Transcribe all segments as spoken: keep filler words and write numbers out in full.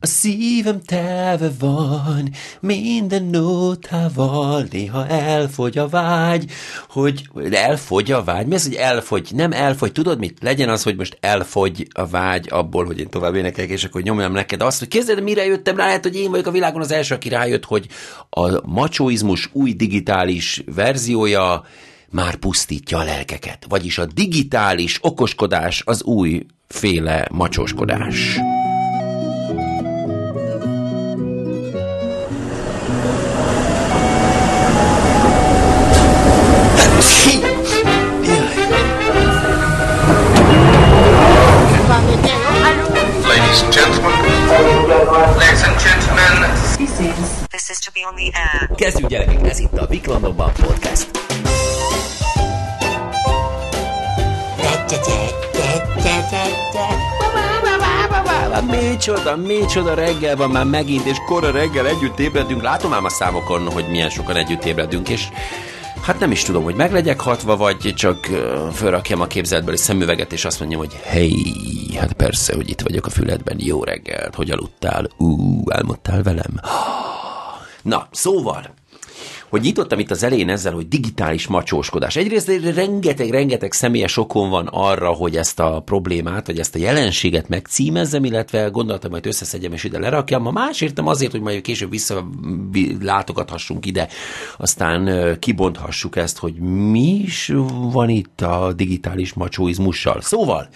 A szívem telve van minden nótával, néha elfogy a vágy, hogy elfogy a vágy. Mi az, hogy elfogy? Nem elfogy. Tudod mit? Legyen az, hogy most elfogy a vágy abból, hogy én tovább énekelek, és akkor nyomjam neked azt, hogy képzeld, mire jöttem rá, hát, hogy én vagyok a világon az első, aki rájött, hogy a macsóizmus új digitális verziója már pusztítja a lelkeket. Vagyis a digitális okoskodás az új féle macsóskodás. Ladies and gentlemen, ladies and gentlemen, This is This is to be on the air. Kezdjük, gyerekek, ez itt a Viklandokban podcast. Micsoda, micsoda reggel van már megint, és kora reggel együtt ébredünk. Látom ám a számokon, hogy milyen sokan együtt ébredünk, és hát nem is tudom, hogy meg legyek hatva, vagy csak uh, fölrakjam a képzeletbeli szemüveget, és azt mondjam, hogy hey, hát persze, hogy itt vagyok a füledben, jó reggelt, hogy aludtál, ú, álmodtál velem. Na, szóval, hogy nyitottam itt az elején ezzel, hogy digitális macsóskodás. Egyrészt rengeteg-rengeteg személyes okon van arra, hogy ezt a problémát, vagy ezt a jelenséget megcímezzem, illetve gondoltam, hogy összeszedjem és ide lerakjam. A másértem azért, hogy majd később visszalátogathassunk ide, aztán kibonthassuk ezt, hogy mi is van itt a digitális macsóizmussal. Szóval,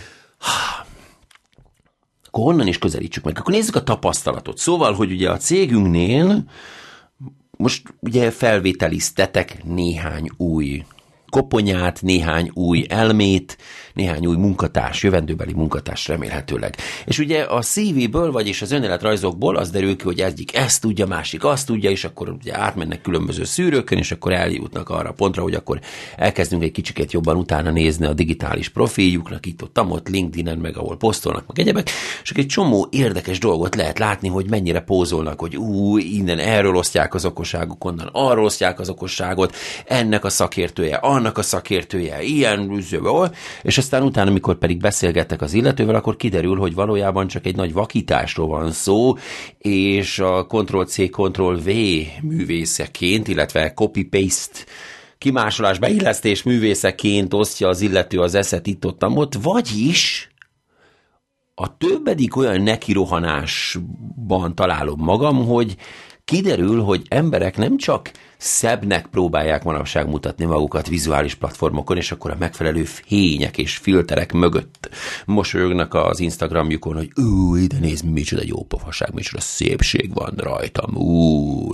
akkor honnan is közelítsük meg? Akkor nézzük a tapasztalatot. Szóval, hogy ugye a cégünknél most ugye felvételiztetek néhány új koponyát, néhány új elmét, néhány új munkatárs, jövendőbeli munkatárs remélhetőleg. És ugye a cé véből, vagyis az önéletrajzokból az derül ki, hogy egyik ezt tudja, másik azt tudja, és akkor ugye átmennek különböző szűrőkön, és akkor eljutnak arra a pontra, hogy akkor elkezdünk egy kicsiket jobban utána nézni a digitális profiljuknak, itt ott, ott LinkedIn-en, meg ahol posztolnak, meg egyebek, és egy csomó érdekes dolgot lehet látni, hogy mennyire pózolnak, hogy ú, innen erről osztják az okosságuk, onnan arról osztják az okosságot, ennek a szakértője, annak a szakértője, ilyen, és aztán utána, amikor pedig beszélgettek az illetővel, akkor kiderül, hogy valójában csak egy nagy vakításról van szó, és a Ctrl-C, Ctrl-V művészeként, illetve copy-paste kimásolás, beillesztés művészeként osztja az illető az eszet itt ott, ott, vagyis a többedik olyan nekirohanásban találom magam, hogy kiderül, hogy emberek nem csak szebbnek próbálják manapság mutatni magukat vizuális platformokon, és akkor a megfelelő fények és filterek mögött mosolyognak az Instagramjukon, hogy ú, ide nézd, micsoda jó pofaság, micsoda szépség van rajtam, ú,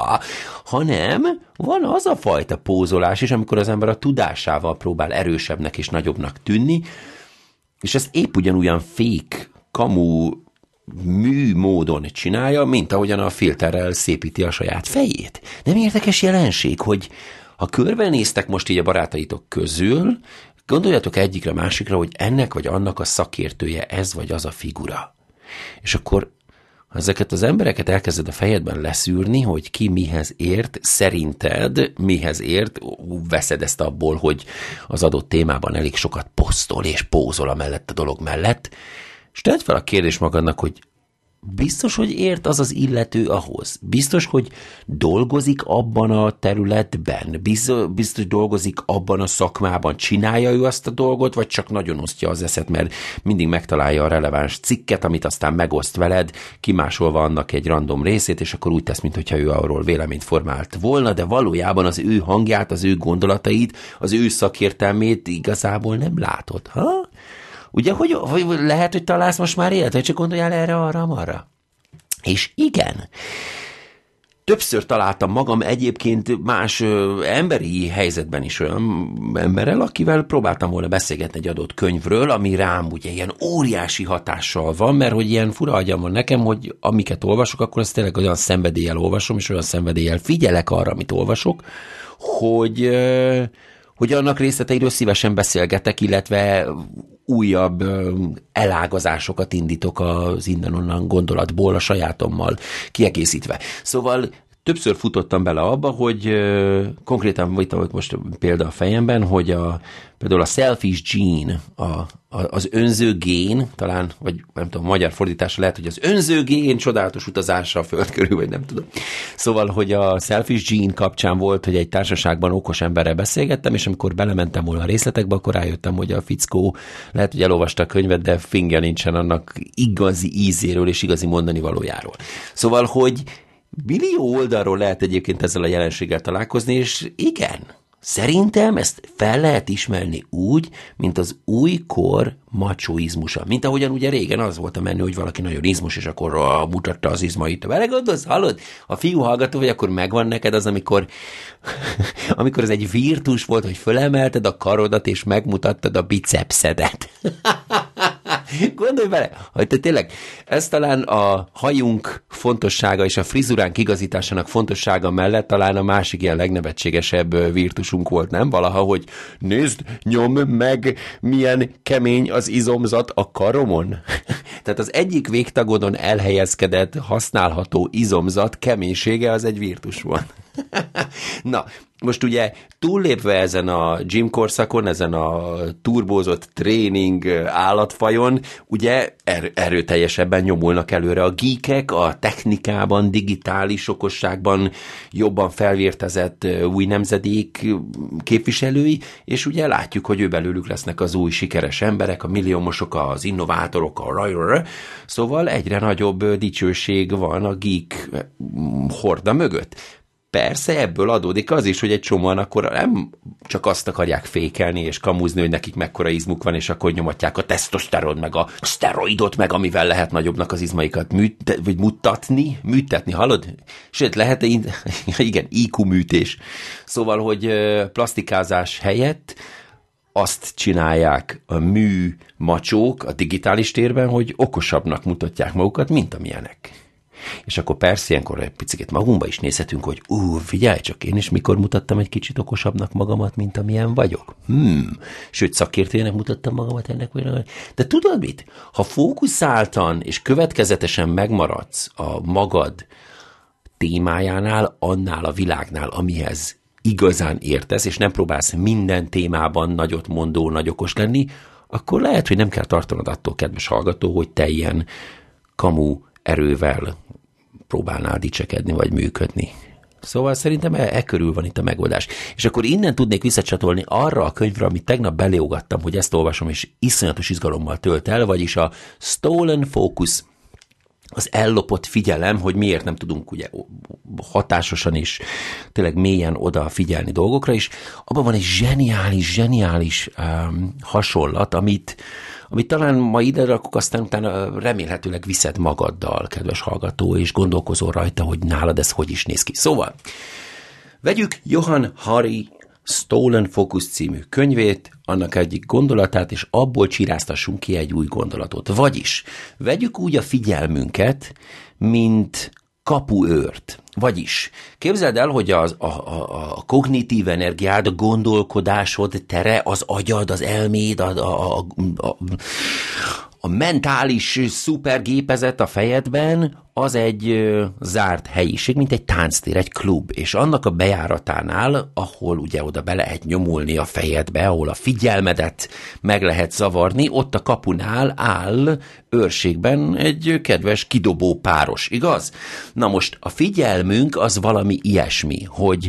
hanem van az a fajta pózolás is, amikor az ember a tudásával próbál erősebbnek és nagyobbnak tűnni, és ezt épp ugyanolyan fake, kamu mű módon csinálja, mint ahogyan a filterrel szépíti a saját fejét. Nem érdekes jelenség, hogy ha körbenéztek most így a barátaitok közül, gondoljatok egyikre, másikra, hogy ennek vagy annak a szakértője ez vagy az a figura. És akkor ha ezeket az embereket elkezded a fejedben leszűrni, hogy ki mihez ért, szerinted mihez ért, veszed ezt abból, hogy az adott témában elég sokat posztol és pózol a mellett a dolog mellett, és tedd fel a kérdés magadnak, hogy biztos, hogy ért az az illető ahhoz? Biztos, hogy dolgozik abban a területben? Biztos, biztos dolgozik abban a szakmában? Csinálja ő azt a dolgot, vagy csak nagyon osztja az eszet, mert mindig megtalálja a releváns cikket, amit aztán megoszt veled, kimásolva annak egy random részét, és akkor úgy tesz, mintha ő arról véleményt formált volna, de valójában az ő hangját, az ő gondolatait, az ő szakértelmét igazából nem látod. Ha? Ugye, hogy, hogy lehet, hogy találsz most már ilyet, vagy csak gondoljál erre, arra, arra. És igen, többször találtam magam egyébként más ö, emberi helyzetben is olyan emberrel, akivel próbáltam volna beszélgetni egy adott könyvről, ami rám ugye ilyen óriási hatással van, mert hogy ilyen fura agyam van nekem, hogy amiket olvasok, akkor ezt tényleg olyan szenvedéllyel olvasom, és olyan szenvedéllyel figyelek arra, amit olvasok, hogy... Ö, hogy annak részleteiről szívesen beszélgetek, illetve újabb ö, elágazásokat indítok az innen-onnan gondolatból a sajátommal kiegészítve. Szóval többször futottam bele abba, hogy uh, konkrétan volt most példa a fejemben, hogy a, például a selfish gene, a, a, az önző gén, talán, vagy nem tudom, magyar fordítása lehet, hogy az önző gén csodálatos utazása a föld körül, vagy nem tudom. Szóval, hogy a selfish gene kapcsán volt, hogy egy társaságban okos emberrel beszélgettem, és amikor belementem volna a részletekbe, akkor rájöttem, hogy a fickó lehet, hogy elolvasta a könyvet, de fingja nincsen annak igazi ízéről és igazi mondani valójáról. Szóval, hogy millió oldalról lehet egyébként ezzel a jelenséggel találkozni, és igen, szerintem ezt fel lehet ismerni úgy, mint az újkor macsóizmusa. Mint ahogyan ugye régen az volt a menő, hogy valaki nagyon izmus, és akkor ah, mutatta az izmait. Vele gondolsz, hallod? A fiú hallgató vagy, akkor megvan neked az, amikor, amikor ez egy virtus volt, hogy fölemelted a karodat, és megmutattad a bicepszedet. Gondolj bele, hogy te tényleg, ez talán a hajunk fontossága és a frizuránk igazításának fontossága mellett talán a másik ilyen legnevetségesebb virtusunk volt, nem? Valaha, hogy nézd, nyom meg, milyen kemény az izomzat a karomon. Tehát az egyik végtagodon elhelyezkedett, használható izomzat keménysége az egy virtus volt. Na, most ugye túllépve ezen a gym korszakon, ezen a turbózott tréning állatfajon, ugye er- erőteljesebben nyomulnak előre a geekek, a technikában, digitális okosságban jobban felvértezett új nemzedék képviselői, és ugye látjuk, hogy ő belőlük lesznek az új sikeres emberek, a milliómosok, az innovátorok, a rajrör, szóval egyre nagyobb dicsőség van a geek horda mögött. Persze ebből adódik az is, hogy egy csomóan akkor nem csak azt akarják fékelni és kamuzni, hogy nekik mekkora izmuk van, és akkor nyomatják a tesztoszteron, meg a szteroidot, meg amivel lehet nagyobbnak az izmaikat műt, vagy mutatni, műtetni, hallod? Sőt, lehet, igen, í kú műtés. Szóval, hogy plastikázás helyett azt csinálják a mű macsók a digitális térben, hogy okosabbnak mutatják magukat, mint amilyenek. És akkor persze ilyenkor egy picit magunkba is nézhetünk, hogy ú, figyelj csak, én is mikor mutattam egy kicsit okosabbnak magamat, mint amilyen vagyok. Hmm. Sőt, szakértőjének mutattam magamat ennek vagy. De tudod mit? Ha fókuszáltan és következetesen megmaradsz a magad témájánál, annál a világnál, amihez igazán értesz, és nem próbálsz minden témában nagyot mondó, nagy okos lenni, akkor lehet, hogy nem kell tartanod attól, kedves hallgató, hogy te ilyen kamu erővel próbálnál dicsekedni, vagy működni. Szóval szerintem e, e körül van itt a megoldás. És akkor innen tudnék visszacsatolni arra a könyvre, amit tegnap beleogattam, hogy ezt olvasom, és iszonyatos izgalommal tölt el, vagyis a Stolen Focus, az ellopott figyelem, hogy miért nem tudunk ugye hatásosan és tényleg mélyen oda figyelni dolgokra, és abban van egy zseniális, zseniális um, hasonlat, amit amit talán ma ide rakok, aztán utána remélhetőleg viszed magaddal, kedves hallgató, és gondolkozol rajta, hogy nálad ez hogy is néz ki. Szóval, vegyük Johann Hari Stolen Focus című könyvét, annak egyik gondolatát, és abból csiráztassunk ki egy új gondolatot. Vagyis, vegyük úgy a figyelmünket, mint kapuőrt. Vagyis, képzeld el, hogy az, a, a, a kognitív energiád, a gondolkodásod tere, az agyad, az elméd, a, a, a, a, a mentális szupergépezet a fejedben, az egy ö, zárt helyiség, mint egy tánctér, egy klub, és annak a bejáratánál, ahol ugye oda be lehet nyomulni a fejedbe, ahol a figyelmedet meg lehet zavarni, ott a kapunál áll őrségben egy kedves kidobó páros, igaz? Na most a figyelmünk az valami ilyesmi, hogy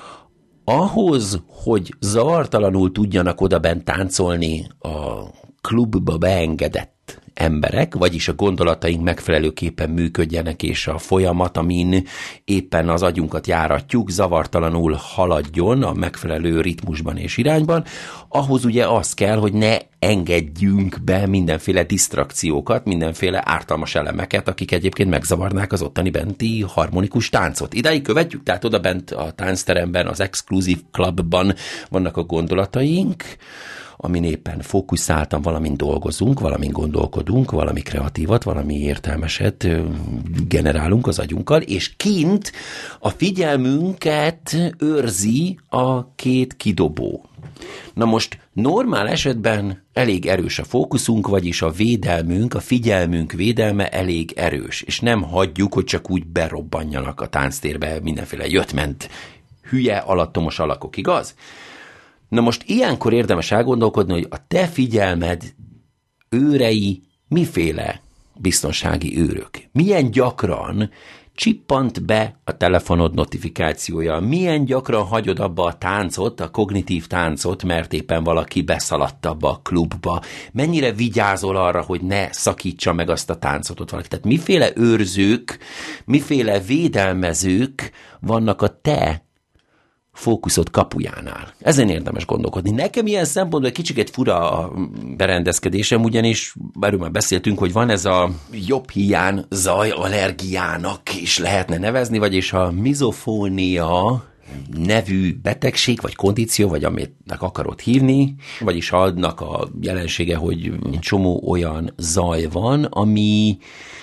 ahhoz, hogy zavartalanul tudjanak oda bent táncolni a klubba beengedett emberek, vagyis a gondolataink megfelelőképpen működjenek, és a folyamat, amin éppen az agyunkat járatjuk, zavartalanul haladjon a megfelelő ritmusban és irányban, ahhoz ugye az kell, hogy ne engedjünk be mindenféle disztrakciókat, mindenféle ártalmas elemeket, akik egyébként megzavarnák az ottani benti harmonikus táncot. Idáig követjük, tehát oda bent a táncteremben, az exkluzív klubban vannak a gondolataink, amin éppen fókuszáltan valamin dolgozunk, valamin gondolkodunk, valami kreatívat, valami értelmeset generálunk az agyunkkal, és kint a figyelmünket őrzi a két kidobó. Na most normál esetben elég erős a fókuszunk, vagyis a védelmünk, a figyelmünk védelme elég erős, és nem hagyjuk, hogy csak úgy berobbanjanak a tánctérbe mindenféle jött-ment hülye, alattomos alakok, igaz? Na most ilyenkor érdemes elgondolkodni, hogy a te figyelmed őrei miféle biztonsági őrök. Milyen gyakran csippant be a telefonod notifikációja, milyen gyakran hagyod abba a táncot, a kognitív táncot, mert éppen valaki beszaladt abba a klubba, mennyire vigyázol arra, hogy ne szakítsa meg azt a táncot ott valaki. Tehát miféle őrzők, miféle védelmezők vannak a te fókuszod kapujánál. Ezen érdemes gondolkodni. Nekem ilyen szempontból egy kicsit fura a berendezkedésem, ugyanis erről már beszéltünk, hogy van ez a jobb hiány zaj allergiának is lehetne nevezni, vagyis a mizofónia nevű betegség, vagy kondíció, vagy amit akarod hívni, vagyis annak a jelensége, hogy csomó olyan zaj van, ami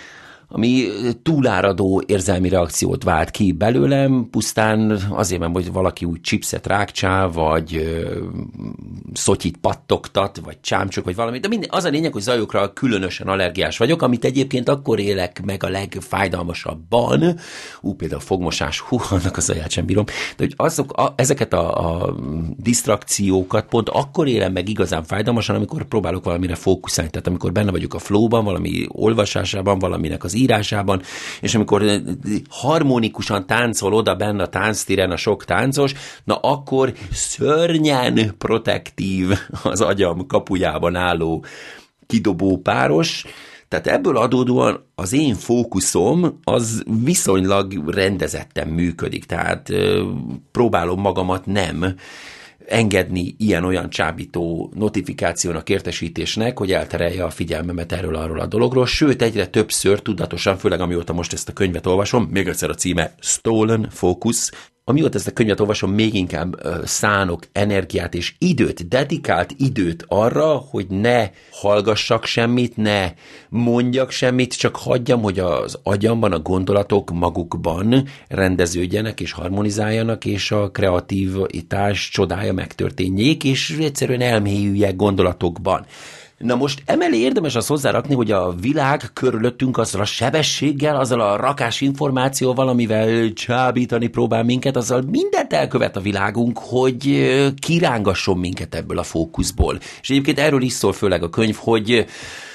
ami túláradó érzelmi reakciót vált ki belőlem, pusztán azért, mert hogy valaki úgy chipset rákcsál, vagy ö, szotyit pattogtat, vagy csámcsok, vagy valami. De minden, az a lényeg, hogy zajokra különösen allergiás vagyok, amit egyébként akkor élek meg a legfájdalmasabban. Ú, például a fogmosás, hú, annak a zaját sem bírom. De hogy azok, a, ezeket a, a disztrakciókat pont akkor élem meg igazán fájdalmasan, amikor próbálok valamire fókuszálni. Tehát amikor benne vagyok a flowban, valami olvasásában, valaminek az írásában, és amikor harmonikusan táncol oda benne a tánctéren a sok táncos, na akkor szörnyen protektív az agyam kapujában álló kidobó páros. Tehát ebből adódóan az én fókuszom az viszonylag rendezetten működik, tehát ö, próbálom magamat nem engedni ilyen-olyan csábító notifikációnak, értesítésnek, hogy elterelje a figyelmemet erről arról a dologról, sőt egyre többször tudatosan, főleg amióta most ezt a könyvet olvasom, még egyszer a címe Stolen Focus, amióta ezt a könyvet olvasom, még inkább uh, szánok energiát és időt, dedikált időt arra, hogy ne hallgassak semmit, ne mondjak semmit, csak hagyjam, hogy az agyamban a gondolatok magukban rendeződjenek és harmonizáljanak, és a kreativitás csodája megtörténjék, és egyszerűen elmélyüljek gondolatokban. Na most emellé érdemes azt hozzárakni, hogy a világ körülöttünk azzal a sebességgel, azzal a rakás információval, amivel csábítani próbál minket, azzal mindent elkövet a világunk, hogy kirángasson minket ebből a fókuszból. És egyébként erről is szól főleg a könyv, hogy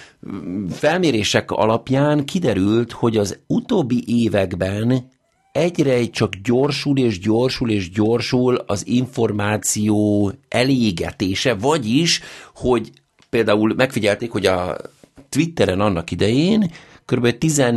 felmérések alapján kiderült, hogy az utóbbi években egyre csak gyorsul és gyorsul és gyorsul az információ elégetése, vagyis, hogy például megfigyelték, hogy a Twitteren annak idején kb.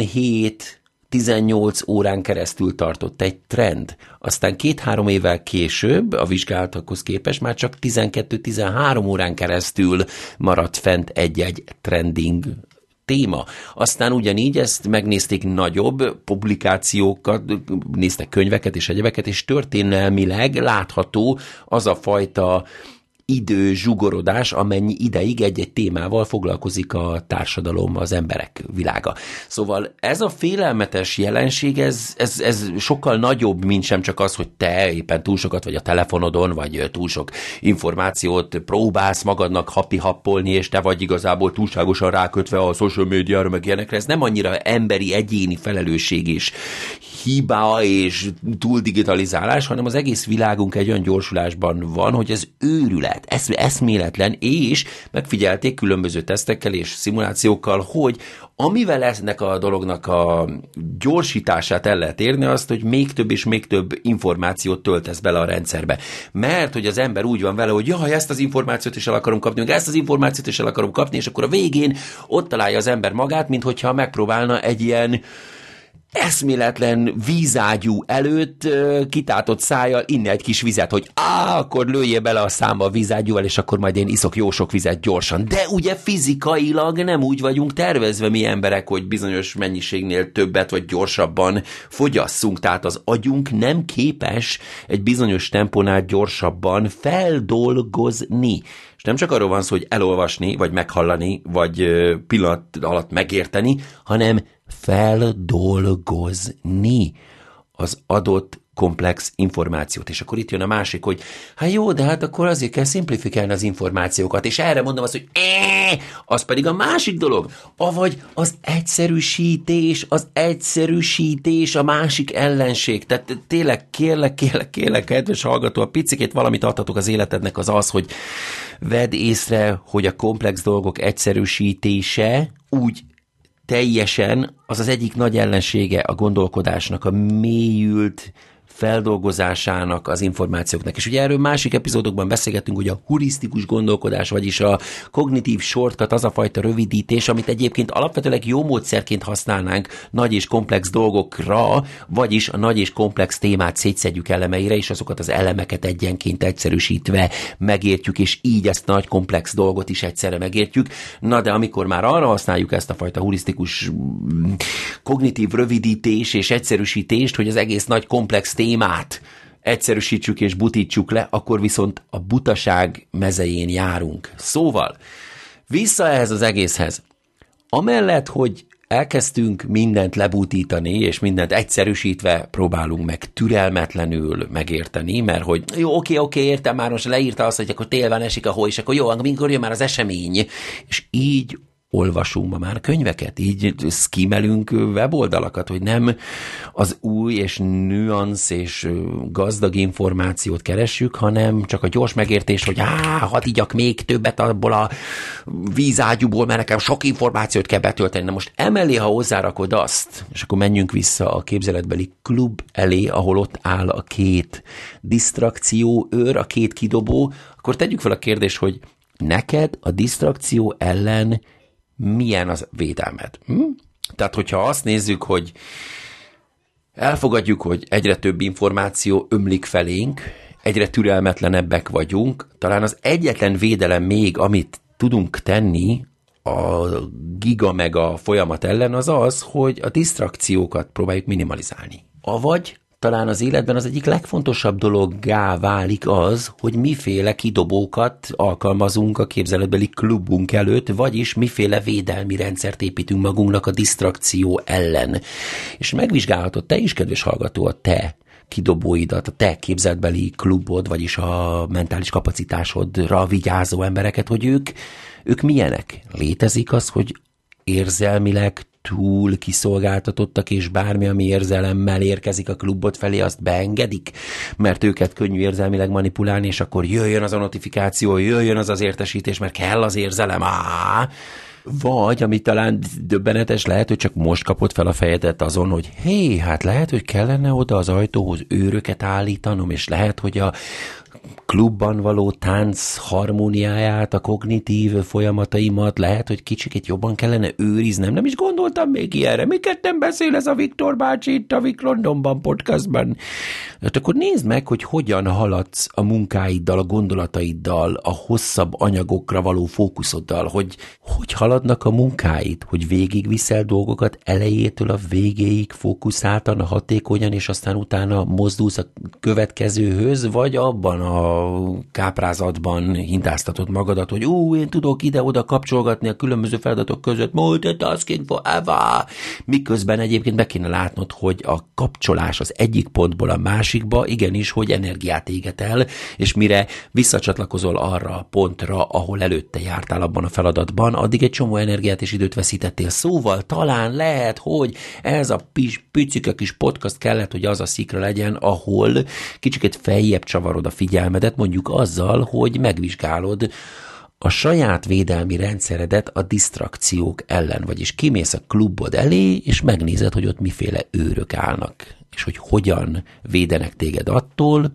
tizenhét-tizennyolc órán keresztül tartott egy trend. Aztán két-három évvel később, a vizsgálatokhoz képest már csak tizenkettő-tizenhárom órán keresztül maradt fent egy-egy trending téma. Aztán ugyanígy ezt megnézték nagyobb publikációkat, néztek könyveket és egyebeket, és történelmileg látható az a fajta idő zsugorodás, amennyi ideig egy-egy témával foglalkozik a társadalom, az emberek világa. Szóval ez a félelmetes jelenség, ez, ez, ez sokkal nagyobb, mint sem csak az, hogy te éppen túl sokat vagy a telefonodon, vagy túl sok információt próbálsz magadnak happy-happolni, és te vagy igazából túlságosan rákötve a social médiára, meg ilyenekre. Ez nem annyira emberi, egyéni felelősség és hiba és túl digitalizálás, hanem az egész világunk egy olyan gyorsulásban van, hogy ez őrület, ez eszméletlen, és megfigyelték különböző tesztekkel és szimulációkkal, hogy amivel ennek a dolognak a gyorsítását el lehet érni, azt, hogy még több és még több információt töltesz bele a rendszerbe. Mert hogy az ember úgy van vele, hogy jaj, ezt az információt is el akarom kapni, meg ezt az információt is el akarom kapni, és akkor a végén ott találja az ember magát, minthogyha megpróbálna egy ilyen eszméletlen vízágyú előtt kitátott szájjal inni egy kis vizet, hogy á, akkor lőjél bele a számba a vízágyúval, és akkor majd én iszok jó sok vizet gyorsan. De ugye fizikailag nem úgy vagyunk tervezve mi emberek, hogy bizonyos mennyiségnél többet vagy gyorsabban fogyasszunk, tehát az agyunk nem képes egy bizonyos tempónál gyorsabban feldolgozni. És nem csak arról van szó, hogy elolvasni, vagy meghallani, vagy pillanat alatt megérteni, hanem feldolgozni az adott komplex információt. És akkor itt jön a másik, hogy hát jó, de hát akkor azért kell szimplifikálni az információkat, és erre mondom azt, hogy eee, az pedig a másik dolog. Avagy az egyszerűsítés, az egyszerűsítés a másik ellenség. Tehát tényleg kérlek, kérlek, kérlek, kedves hallgató, a picikét valamit adhatok az életednek, az az, hogy vedd észre, hogy a komplex dolgok egyszerűsítése úgy teljesen az az egyik nagy ellensége a gondolkodásnak, a mélyült feldolgozásának az információknak. És ugye erről másik epizódokban beszélgettünk, hogy a hurisztikus gondolkodás, vagyis a kognitív shortcut, az a fajta rövidítés, amit egyébként alapvetőleg jó módszerként használnánk nagy és komplex dolgokra, vagyis a nagy és komplex témát szétszedjük elemeire, és azokat az elemeket egyenként egyszerűsítve megértjük, és így ezt a nagy komplex dolgot is egyszerre megértjük. Na de amikor már arra használjuk ezt a fajta hurisztikus kognitív rövidítés és egyszerűsítést, hogy az egész nagy komplex témát egyszerűsítsük és butítsuk le, akkor viszont a butaság mezején járunk. Szóval, vissza ehhez az egészhez. Amellett, hogy elkezdtünk mindent lebutítani, és mindent egyszerűsítve próbálunk meg türelmetlenül megérteni, mert hogy jó, oké, oké, értem, már most leírta azt, hogy akkor tél van, esik a hó, és akkor jó, amikor jön már az esemény, és így olvasunk ma már könyveket, így szkímelünk weboldalakat, hogy nem az új és nüansz és gazdag információt keressük, hanem csak a gyors megértés, hogy á, hadd igyak még többet abból a vízágyúból, mert nekem sok információt kell betölteni. Na most emellé, ha hozzárakod azt, és akkor menjünk vissza a képzeletbeli klub elé, ahol ott áll a két disztrakció őr, a két kidobó, akkor tegyük fel a kérdést, hogy neked a disztrakció ellen milyen az védelmed? Hm? Tehát, hogyha azt nézzük, hogy elfogadjuk, hogy egyre több információ ömlik felénk, egyre türelmetlenebbek vagyunk, talán az egyetlen védelem még, amit tudunk tenni a giga meg a folyamat ellen, az az, hogy a disztrakciókat próbáljuk minimalizálni. Avagy talán az életben az egyik legfontosabb dologgá válik az, hogy miféle kidobókat alkalmazunk a képzeletbeli klubunk előtt, vagyis miféle védelmi rendszert építünk magunknak a disztrakció ellen. És megvizsgálhatod te is, kedves hallgató, a te kidobóidat, a te képzeletbeli klubod, vagyis a mentális kapacitásodra vigyázó embereket, hogy ők, ők milyenek. Létezik az, hogy érzelmileg túl kiszolgáltatottak, és bármi, ami érzelemmel érkezik a klubot felé, azt beengedik, mert őket könnyű érzelmileg manipulálni, és akkor jöjjön az a notifikáció, jöjjön az az értesítés, mert kell az érzelem, á! Vagy, ami talán döbbenetes, lehet, hogy csak most kapod fel a fejedet azon, hogy hé, hát lehet, hogy kellene oda az ajtóhoz őröket állítanom, és lehet, hogy a klubban való tánc harmóniáját, a kognitív folyamataimat lehet, hogy kicsikét jobban kellene őriznem. Nem is gondoltam még ilyenre. Miket nem beszél ez a Viktor bácsi itt a Vik Londonban podcastban? Hát akkor nézd meg, hogy hogyan haladsz a munkáiddal, a gondolataiddal, a hosszabb anyagokra való fókuszoddal, hogy hogy haladnak a munkáid, hogy végigviszel dolgokat elejétől a végéig fókuszáltan, hatékonyan, és aztán utána mozdulsz a következőhöz, vagy abban a káprázatban hintáztatod magadat, hogy ú, én tudok ide-oda kapcsolgatni a különböző feladatok között, multitasking forever, miközben egyébként be kéne látnod, hogy a kapcsolás az egyik pontból a másikba igenis, hogy energiát éget el, és mire visszacsatlakozol arra a pontra, ahol előtte jártál abban a feladatban, addig egy csomó energiát és időt veszítettél. Szóval talán lehet, hogy ez a pis, picike kis podcast kellett, hogy az a szikra legyen, ahol kicsiket feljebb csavarod a figyelmedet, mondjuk azzal, hogy megvizsgálod a saját védelmi rendszeredet a disztrakciók ellen, vagyis kimész a klubod elé, és megnézed, hogy ott miféle őrök állnak, és hogy hogyan védenek téged attól,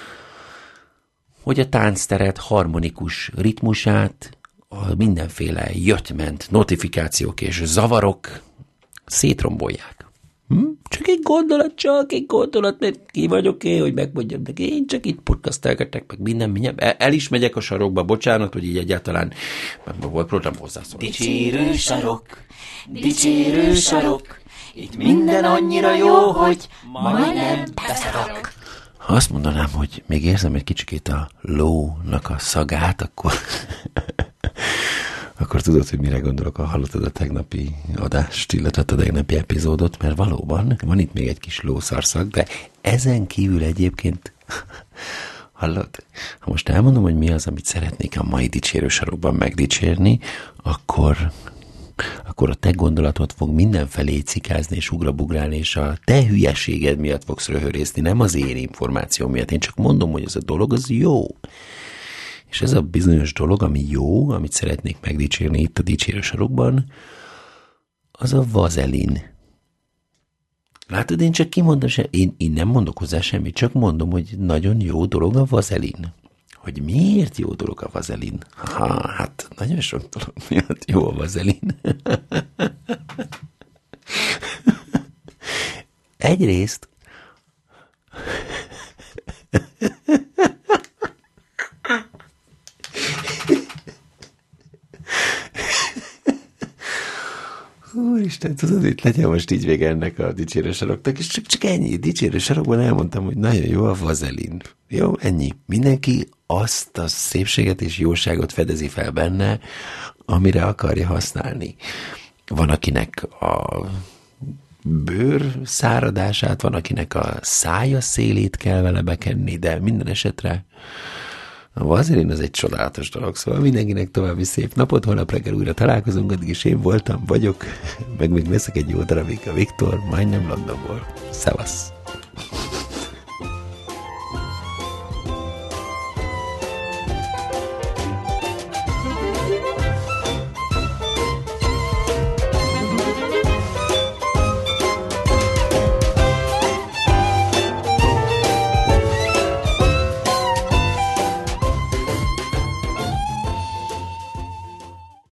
hogy a táncteret harmonikus ritmusát, a mindenféle jött-ment notifikációk és zavarok szétrombolják. Hm? Csak egy gondolat, csak egy gondolat, mert ki vagyok én, hogy megmondjam neki, én csak itt podcastelgetek, meg minden, minden. El, el is megyek a sarokba, bocsánat, hogy így egyáltalán volt program hozzászólni. Dicsérő sarok, dicsérő sarok, itt minden annyira jó, hogy majdnem beszarok. Ha azt mondanám, hogy még érzem egy kicsikét a lónak a szagát, akkor akkor tudod, hogy mire gondolok, ha hallottad a tegnapi adást, illetve a tegnapi epizódot, mert valóban van itt még egy kis lószarszak, de ezen kívül egyébként, hallod, ha most elmondom, hogy mi az, amit szeretnék a mai dicsérő sarokban megdicsérni, akkor, akkor a te gondolatod fog mindenfelé cikázni és ugrabugrálni, és a te hülyeséged miatt fogsz röhörészni, nem az én információ miatt. Én csak mondom, hogy ez a dolog az jó. És ez a bizonyos dolog, ami jó, amit szeretnék megdicsérni itt a dicsérő sarokban, az a vazelin. Látod, én csak kimondom, én, én nem mondok hozzá semmit, csak mondom, hogy nagyon jó dolog a vazelin. Hogy miért jó dolog a vazelin? Ha, hát nagyon sok dolog miatt jó a vazelin. Egyrészt Úristen, tudod, itt legyen most így vége ennek a dicsérő saroknak, és csak, csak ennyi, dicsérő sarokban elmondtam, hogy nagyon jó a vazelin. Jó, ennyi. Mindenki azt a szépséget és jóságot fedezi fel benne, amire akarja használni. Van, akinek a bőr száradását, van, akinek a szája szélét kell vele bekenni, de minden esetre a vazelin az egy csodálatos dolog, szóval mindenkinek további szép napot, holnap reggel újra találkozunk, addig is én voltam, vagyok, meg még veszek egy jó darabig a Viktor, majdnem Londonból. Szevasz!